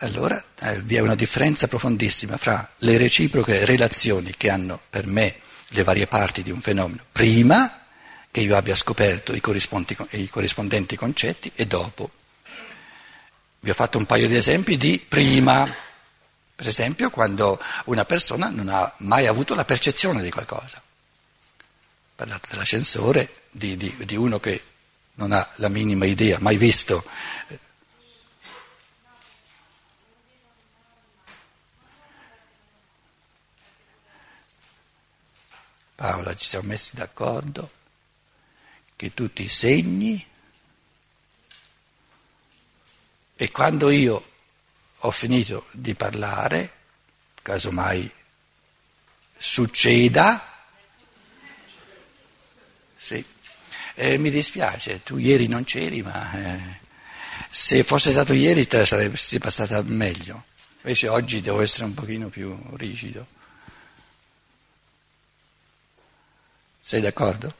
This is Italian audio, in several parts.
allora vi è una differenza profondissima fra le reciproche relazioni che hanno per me le varie parti di un fenomeno, prima che io abbia scoperto i corrispondenti concetti e dopo. Vi ho fatto un paio di esempi di prima, per esempio quando una persona non ha mai avuto la percezione di qualcosa. Ho parlato dell'ascensore, di uno che non ha la minima idea, mai visto. Paola, ci siamo messi d'accordo che tu ti segni e quando io ho finito di parlare, casomai succeda, sì, mi dispiace, tu ieri non c'eri, ma se fosse stato ieri te la saresti passata meglio, invece oggi devo essere un pochino più rigido. Sei d'accordo?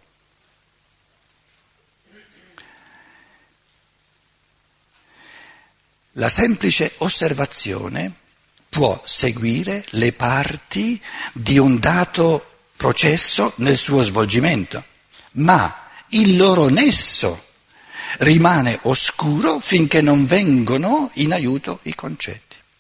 La semplice osservazione può seguire le parti di un dato processo nel suo svolgimento, ma il loro nesso rimane oscuro finché non vengono in aiuto i concetti.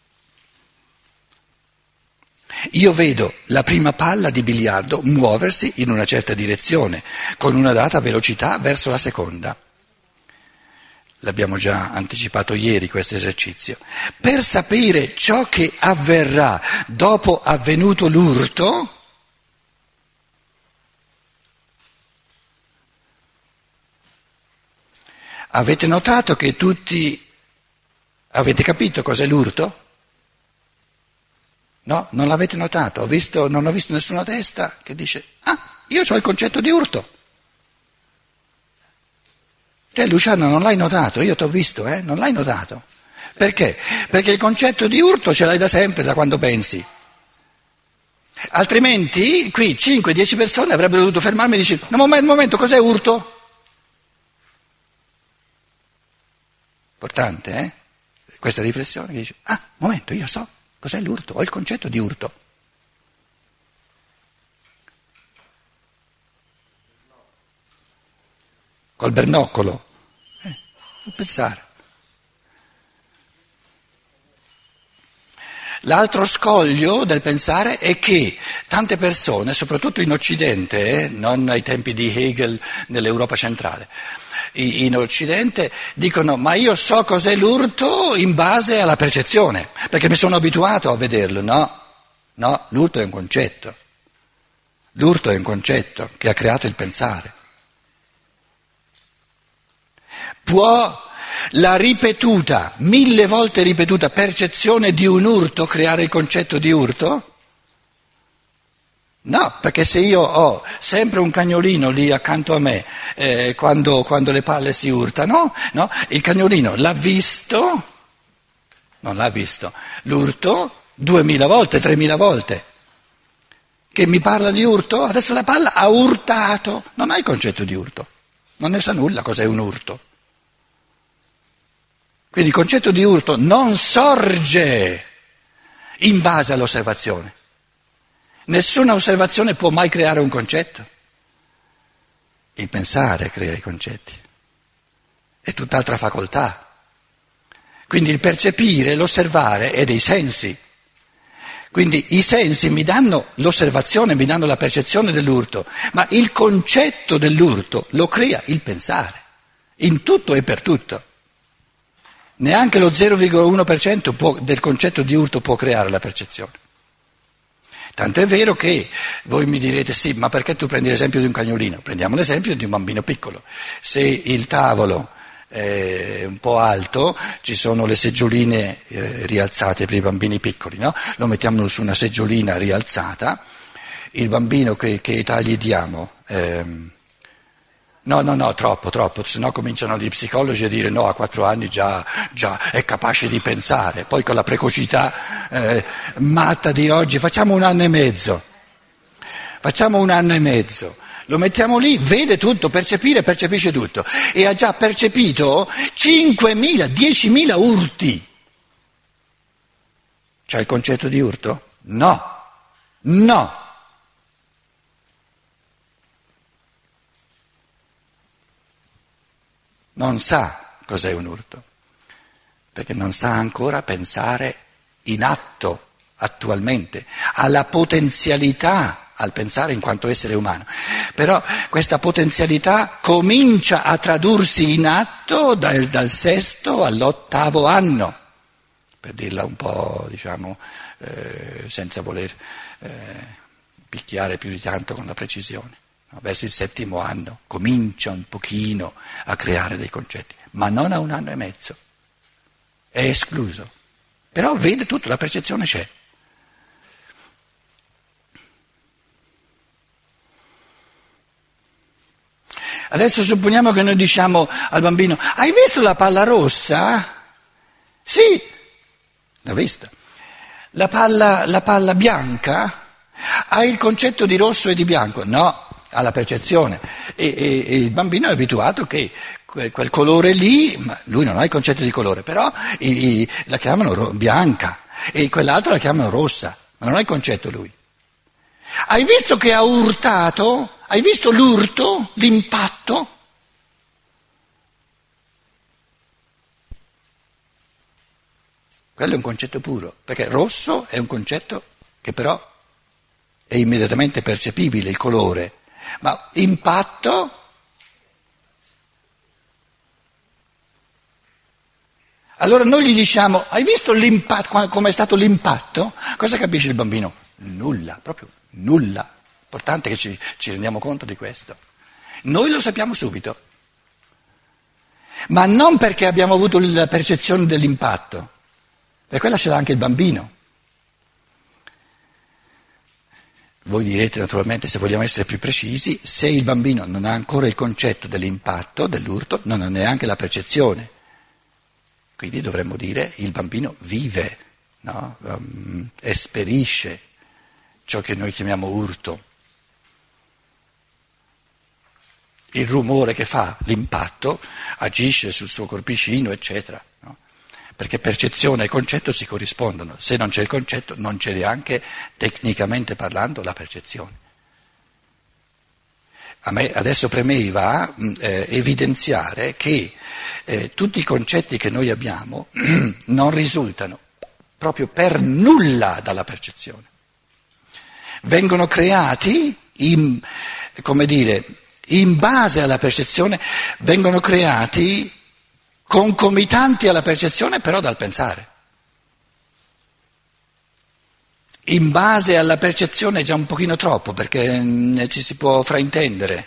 Io vedo la prima palla di biliardo muoversi in una certa direzione, con una data velocità verso la seconda. L'abbiamo già anticipato ieri questo esercizio. Per sapere ciò che avverrà dopo avvenuto l'urto, avete notato che tutti avete capito cos'è l'urto? No, non l'avete notato, non ho visto nessuna testa che dice, io ho il concetto di urto. Te Luciano non l'hai notato, io ti ho visto, non l'hai notato. Perché? Perché il concetto di urto ce l'hai da sempre, da quando pensi. Altrimenti qui 5-10 persone avrebbero dovuto fermarmi e dire, no, un momento, cos'è urto? Importante, questa riflessione che dice, un momento, io so. Cos'è l'urto? Ho il concetto di urto. Col bernoccolo. Non pensare. L'altro scoglio del pensare è che tante persone, soprattutto in Occidente, non ai tempi di Hegel nell'Europa centrale, in Occidente dicono ma io so cos'è l'urto in base alla percezione, perché mi sono abituato a vederlo. No, l'urto è un concetto. L'urto è un concetto che ha creato il pensare. Può la ripetuta, 1000 volte ripetuta percezione di un urto creare il concetto di urto? No, perché se io ho sempre un cagnolino lì accanto a me quando le palle si urtano, no? Il cagnolino l'ha visto, non l'ha visto, l'urto 2000 volte, 3000 volte, che mi parla di urto, adesso la palla ha urtato, non ha il concetto di urto, non ne sa nulla cos'è un urto. Quindi il concetto di urto non sorge in base all'osservazione. Nessuna osservazione può mai creare un concetto. Il pensare crea i concetti. È tutt'altra facoltà. Quindi il percepire, l'osservare è dei sensi. Quindi i sensi mi danno l'osservazione, mi danno la percezione dell'urto, ma il concetto dell'urto lo crea il pensare, in tutto e per tutto. Neanche lo 0,1% del concetto di urto può creare la percezione. Tanto è vero che voi mi direte sì, ma perché tu prendi l'esempio di un cagnolino? Prendiamo l'esempio di un bambino piccolo. Se il tavolo è un po' alto, ci sono le seggioline rialzate per i bambini piccoli, no? Lo mettiamo su una seggiolina rialzata, il bambino che età gli diamo? No, troppo, sennò cominciano gli psicologi a dire no, a 4 anni già è capace di pensare, poi con la precocità matta di oggi facciamo 1 anno e mezzo, lo mettiamo lì, vede tutto, percepisce tutto e ha già percepito 5.000, 10.000 urti. C'ha il concetto di urto? No, no. Non sa cos'è un urto, perché non sa ancora pensare in atto, attualmente, ha la potenzialità al pensare in quanto essere umano, però questa potenzialità comincia a tradursi in atto dal sesto all'8° anno, per dirla un po', diciamo, senza voler picchiare più di tanto con la precisione. Verso il 7° anno comincia un pochino a creare dei concetti, ma non a 1 anno e mezzo, è escluso, però vede tutto, la percezione c'è. Adesso supponiamo che noi diciamo al bambino: hai visto la palla rossa? Sì, l'ho vista. La palla bianca? Hai il concetto di rosso e di bianco? No. Alla percezione, e il bambino è abituato che quel colore lì, ma lui non ha il concetto di colore, però la chiamano bianca e quell'altra la chiamano rossa, ma non ha il concetto lui. Hai visto che ha urtato? Hai visto l'urto, l'impatto? Quello è un concetto puro, perché rosso è un concetto che però è immediatamente percepibile, il colore. Ma impatto? Allora noi gli diciamo: hai visto l'impatto, come è stato l'impatto? Cosa capisce il bambino? Nulla, proprio nulla. Importante che ci rendiamo conto di questo. Noi lo sappiamo subito, ma non perché abbiamo avuto la percezione dell'impatto, perché quella ce l'ha anche il bambino. Voi direte naturalmente, se vogliamo essere più precisi, se il bambino non ha ancora il concetto dell'impatto, dell'urto, non ha neanche la percezione. Quindi dovremmo dire il bambino vive, no? Esperisce ciò che noi chiamiamo urto. Il rumore che fa l'impatto agisce sul suo corpicino, eccetera, no? Perché percezione e concetto si corrispondono. Se non c'è il concetto, non c'è neanche, tecnicamente parlando, la percezione. A me adesso premeva evidenziare che tutti i concetti che noi abbiamo non risultano proprio per nulla dalla percezione. Vengono creati, in base alla percezione, vengono creati concomitanti alla percezione, però dal pensare. In base alla percezione è già un pochino troppo, perché ci si può fraintendere.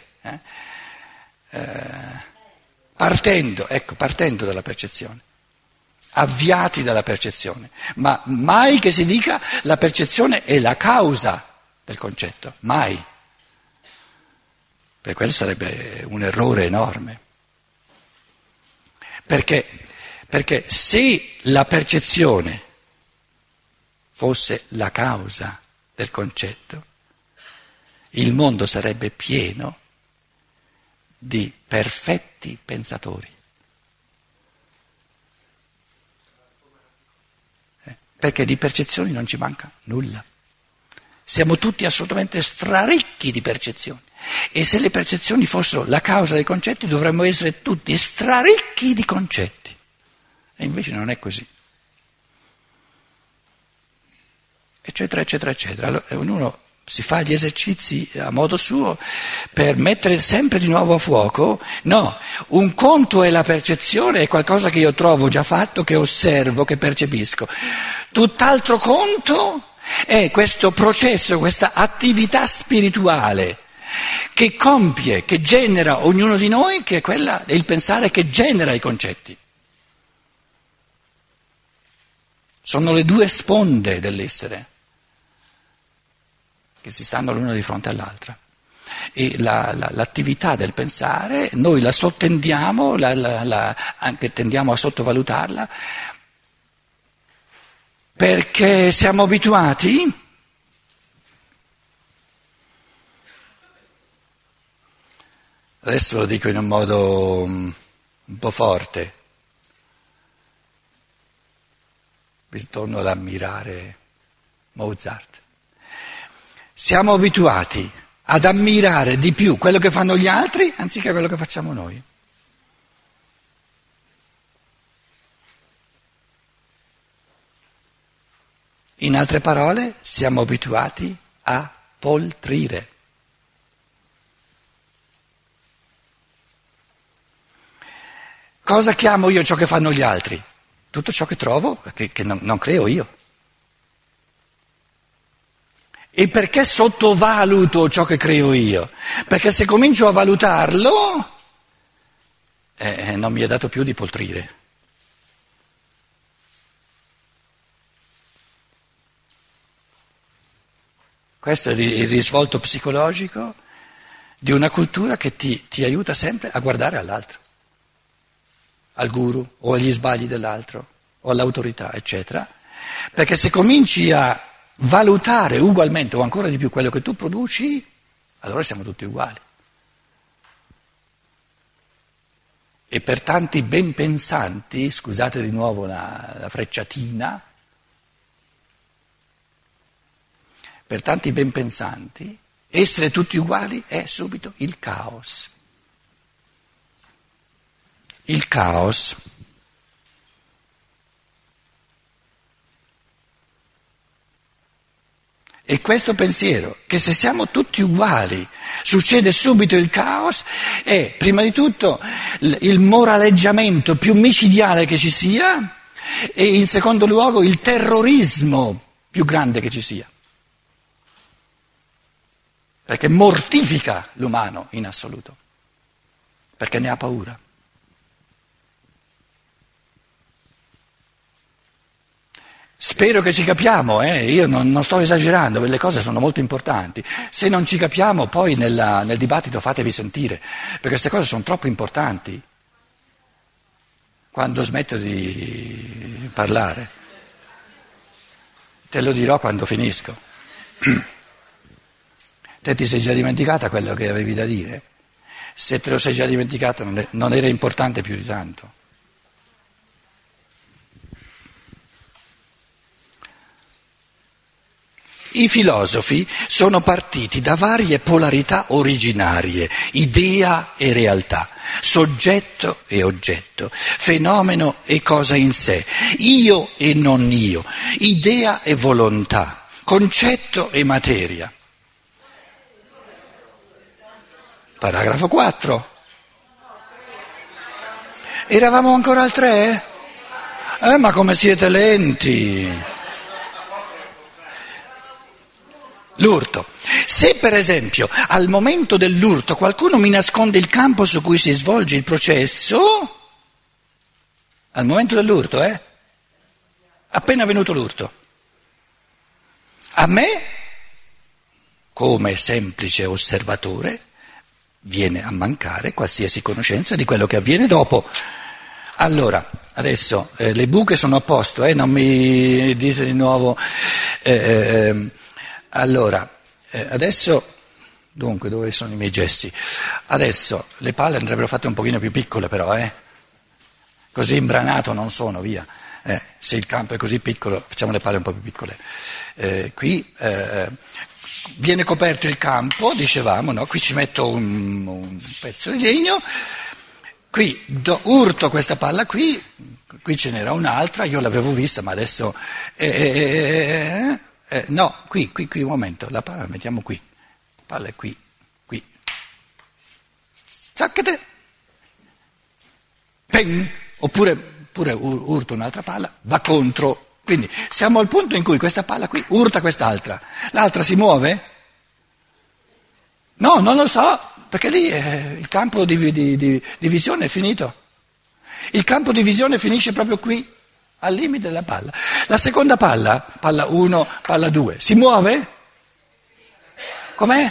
Partendo dalla percezione, avviati dalla percezione, ma mai che si dica la percezione è la causa del concetto, mai. Per quello sarebbe un errore enorme. Perché se la percezione fosse la causa del concetto, il mondo sarebbe pieno di perfetti pensatori. Perché di percezioni non ci manca nulla. Siamo tutti assolutamente straricchi di percezioni. E se le percezioni fossero la causa dei concetti, dovremmo essere tutti straricchi di concetti. E invece non è così. Eccetera, eccetera, eccetera. Allora, ognuno si fa gli esercizi a modo suo per mettere sempre di nuovo a fuoco. No, un conto è la percezione, è qualcosa che io trovo già fatto, che osservo, che percepisco. Tutt'altro conto è questo processo, questa attività spirituale che compie, che genera ognuno di noi, che è quella del pensare che genera i concetti. Sono le due sponde dell'essere che si stanno l'una di fronte all'altra. E l'attività del pensare noi la sottendiamo, anche tendiamo a sottovalutarla, perché siamo abituati adesso lo dico in un modo un po' forte, torno ad ammirare Mozart. Siamo abituati ad ammirare di più quello che fanno gli altri anziché quello che facciamo noi. In altre parole, siamo abituati a poltrire. Cosa chiamo io ciò che fanno gli altri? Tutto ciò che trovo, che non creo io. E perché sottovaluto ciò che creo io? Perché se comincio a valutarlo, non mi è dato più di poltrire. Questo è il risvolto psicologico di una cultura che ti aiuta sempre a guardare all'altro, al guru o agli sbagli dell'altro o all'autorità, eccetera. Perché se cominci a valutare ugualmente o ancora di più quello che tu produci, allora siamo tutti uguali. E per tanti ben pensanti, scusate di nuovo la frecciatina, per tanti ben pensanti, essere tutti uguali è subito il caos. Il caos. E questo pensiero, che se siamo tutti uguali, succede subito il caos, è prima di tutto il moraleggiamento più micidiale che ci sia e in secondo luogo il terrorismo più grande che ci sia. Perché mortifica l'umano in assoluto, perché ne ha paura. Spero che ci capiamo, io non sto esagerando, le cose sono molto importanti. Se non ci capiamo poi nel dibattito fatevi sentire, perché queste cose sono troppo importanti. Quando smetto di parlare, te lo dirò quando finisco. Te ti sei già dimenticata quello che avevi da dire? Se te lo sei già dimenticato non era importante più di tanto. I filosofi sono partiti da varie polarità originarie, idea e realtà, soggetto e oggetto, fenomeno e cosa in sé, io e non io, idea e volontà, concetto e materia. Paragrafo 4. Eravamo ancora al 3? Ma come siete lenti! L'urto. Se per esempio al momento dell'urto qualcuno mi nasconde il campo su cui si svolge il processo, al momento dell'urto, appena venuto l'urto, a me, come semplice osservatore, viene a mancare qualsiasi conoscenza di quello che avviene dopo. Allora, adesso le buche sono a posto, non mi dite di nuovo. Allora, adesso, dunque, dove sono i miei gesti? Adesso le palle andrebbero fatte un pochino più piccole però, così imbranato non sono, via. Se il campo è così piccolo, facciamo le palle un po' più piccole. Qui viene coperto il campo, dicevamo, no? Qui ci metto un pezzo di legno, qui urto questa palla qui ce n'era un'altra, io l'avevo vista, ma adesso... no, qui, un momento, la palla la mettiamo qui, la palla è qui. Zaccate! Peng! Oppure urto un'altra palla, va contro. Quindi siamo al punto in cui questa palla qui urta quest'altra. L'altra si muove? No, non lo so, perché lì il campo di visione è finito. Il campo di visione finisce proprio qui, al limite della palla. La seconda palla 1, palla 2, si muove? Com'è?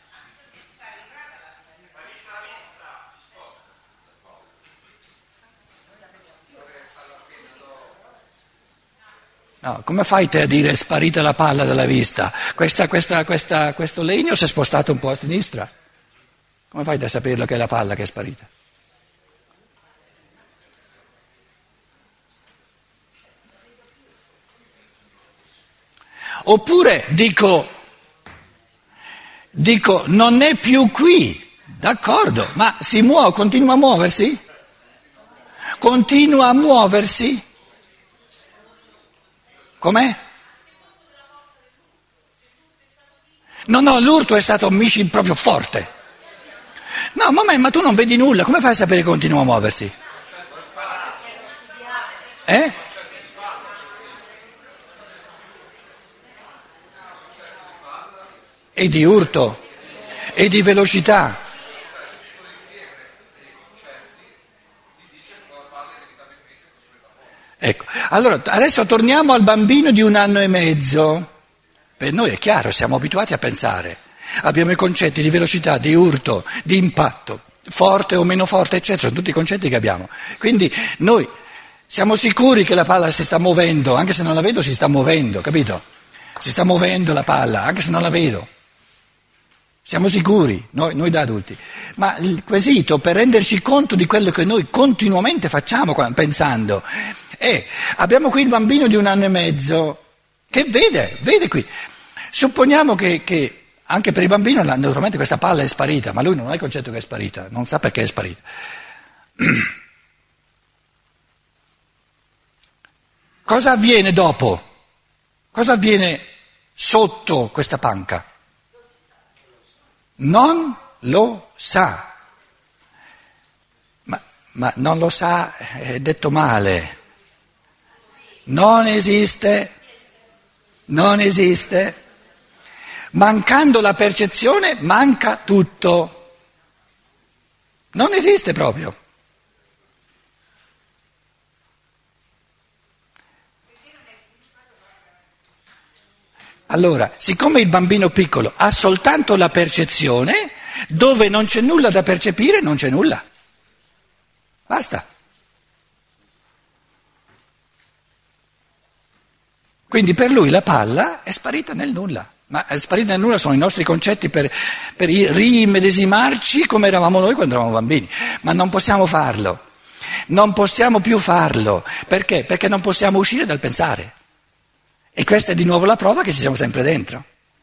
No, come fai te a dire è sparita la palla dalla vista? Questo legno si è spostato un po' a sinistra. Come fai a saperlo che è la palla che è sparita? Oppure dico non è più qui, d'accordo, ma si muove, continua a muoversi? Continua a muoversi? Com'è? No, l'urto è stato proprio forte. No, ma tu non vedi nulla, come fai a sapere che continua a muoversi? E di urto, e di velocità. Ecco, allora adesso torniamo al bambino di 1 anno e mezzo. Per noi è chiaro, siamo abituati a pensare. Abbiamo i concetti di velocità, di urto, di impatto, forte o meno forte, eccetera, sono tutti i concetti che abbiamo. Quindi noi siamo sicuri che la palla si sta muovendo, anche se non la vedo si sta muovendo, capito? Si sta muovendo la palla, anche se non la vedo. Siamo sicuri, noi da adulti. Ma il quesito per renderci conto di quello che noi continuamente facciamo pensando è, abbiamo qui il bambino di 1 anno e mezzo che vede qui. Supponiamo che anche per il bambino naturalmente questa palla è sparita, ma lui non ha il concetto che è sparita, non sa perché è sparita. Cosa avviene dopo? Cosa avviene sotto questa panca? Non lo sa. Ma non lo sa, è detto male. Non esiste. Mancando la percezione, manca tutto. Non esiste proprio. Allora, siccome il bambino piccolo ha soltanto la percezione, dove non c'è nulla da percepire, non c'è nulla. Basta. Quindi per lui la palla è sparita nel nulla. Ma è sparita nel nulla sono i nostri concetti per rimedesimarci come eravamo noi quando eravamo bambini. Ma non possiamo farlo. Non possiamo più farlo. Perché? Perché non possiamo uscire dal pensare. E questa è di nuovo la prova che ci siamo sempre dentro.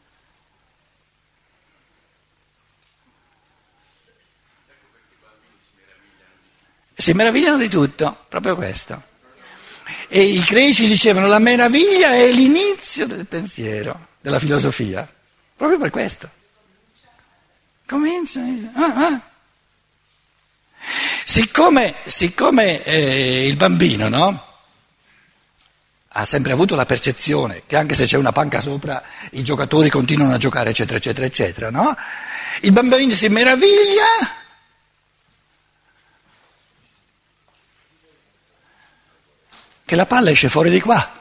Si meravigliano di tutto, proprio questo. E i greci dicevano la meraviglia è l'inizio del pensiero, della filosofia, proprio per questo. Comincia. Siccome il bambino, no? Ha sempre avuto la percezione che anche se c'è una panca sopra i giocatori continuano a giocare, eccetera, eccetera, eccetera, no? Il bambino si meraviglia che la palla esce fuori di qua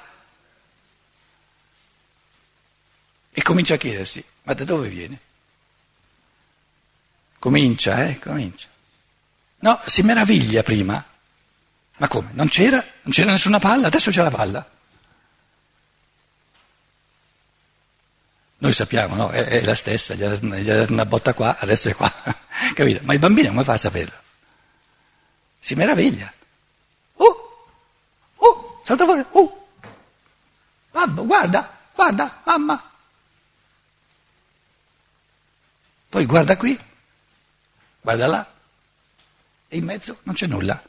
e comincia a chiedersi, ma da dove viene? Comincia. No, si meraviglia prima. Ma come? Non c'era nessuna palla, adesso c'è la palla. Noi sappiamo, no? È la stessa, gli ha dato una botta qua, adesso è qua, capito? Ma il bambino come fa a saperlo? Si meraviglia. Salta fuori, babbo, guarda, mamma. Poi guarda qui, guarda là, e in mezzo non c'è nulla.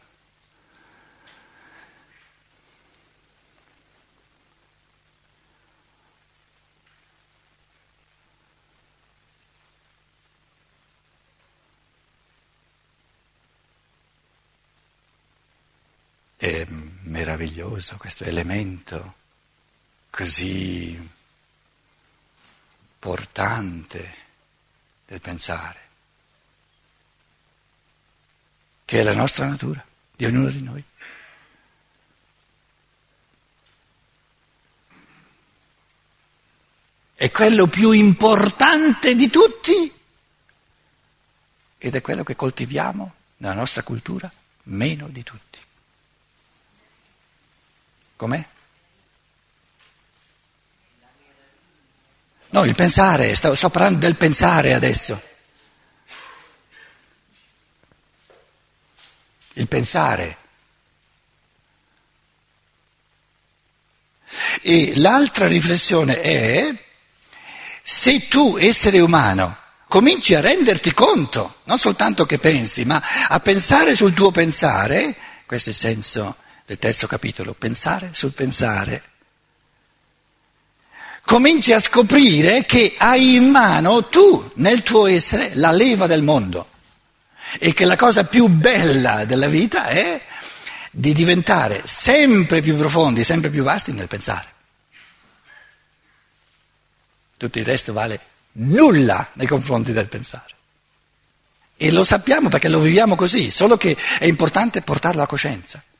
È meraviglioso questo elemento così portante del pensare, che è la nostra natura, di ognuno di noi. È quello più importante di tutti ed è quello che coltiviamo nella nostra cultura meno di tutti. Com'è? No, il pensare, sto parlando del pensare adesso. Il pensare. E l'altra riflessione è, se tu, essere umano, cominci a renderti conto, non soltanto che pensi, ma a pensare sul tuo pensare, questo è il senso del terzo capitolo, pensare sul pensare, cominci a scoprire che hai in mano tu, nel tuo essere, la leva del mondo e che la cosa più bella della vita è di diventare sempre più profondi, sempre più vasti nel pensare. Tutto il resto vale nulla nei confronti del pensare. E lo sappiamo perché lo viviamo così, solo che è importante portarlo a coscienza.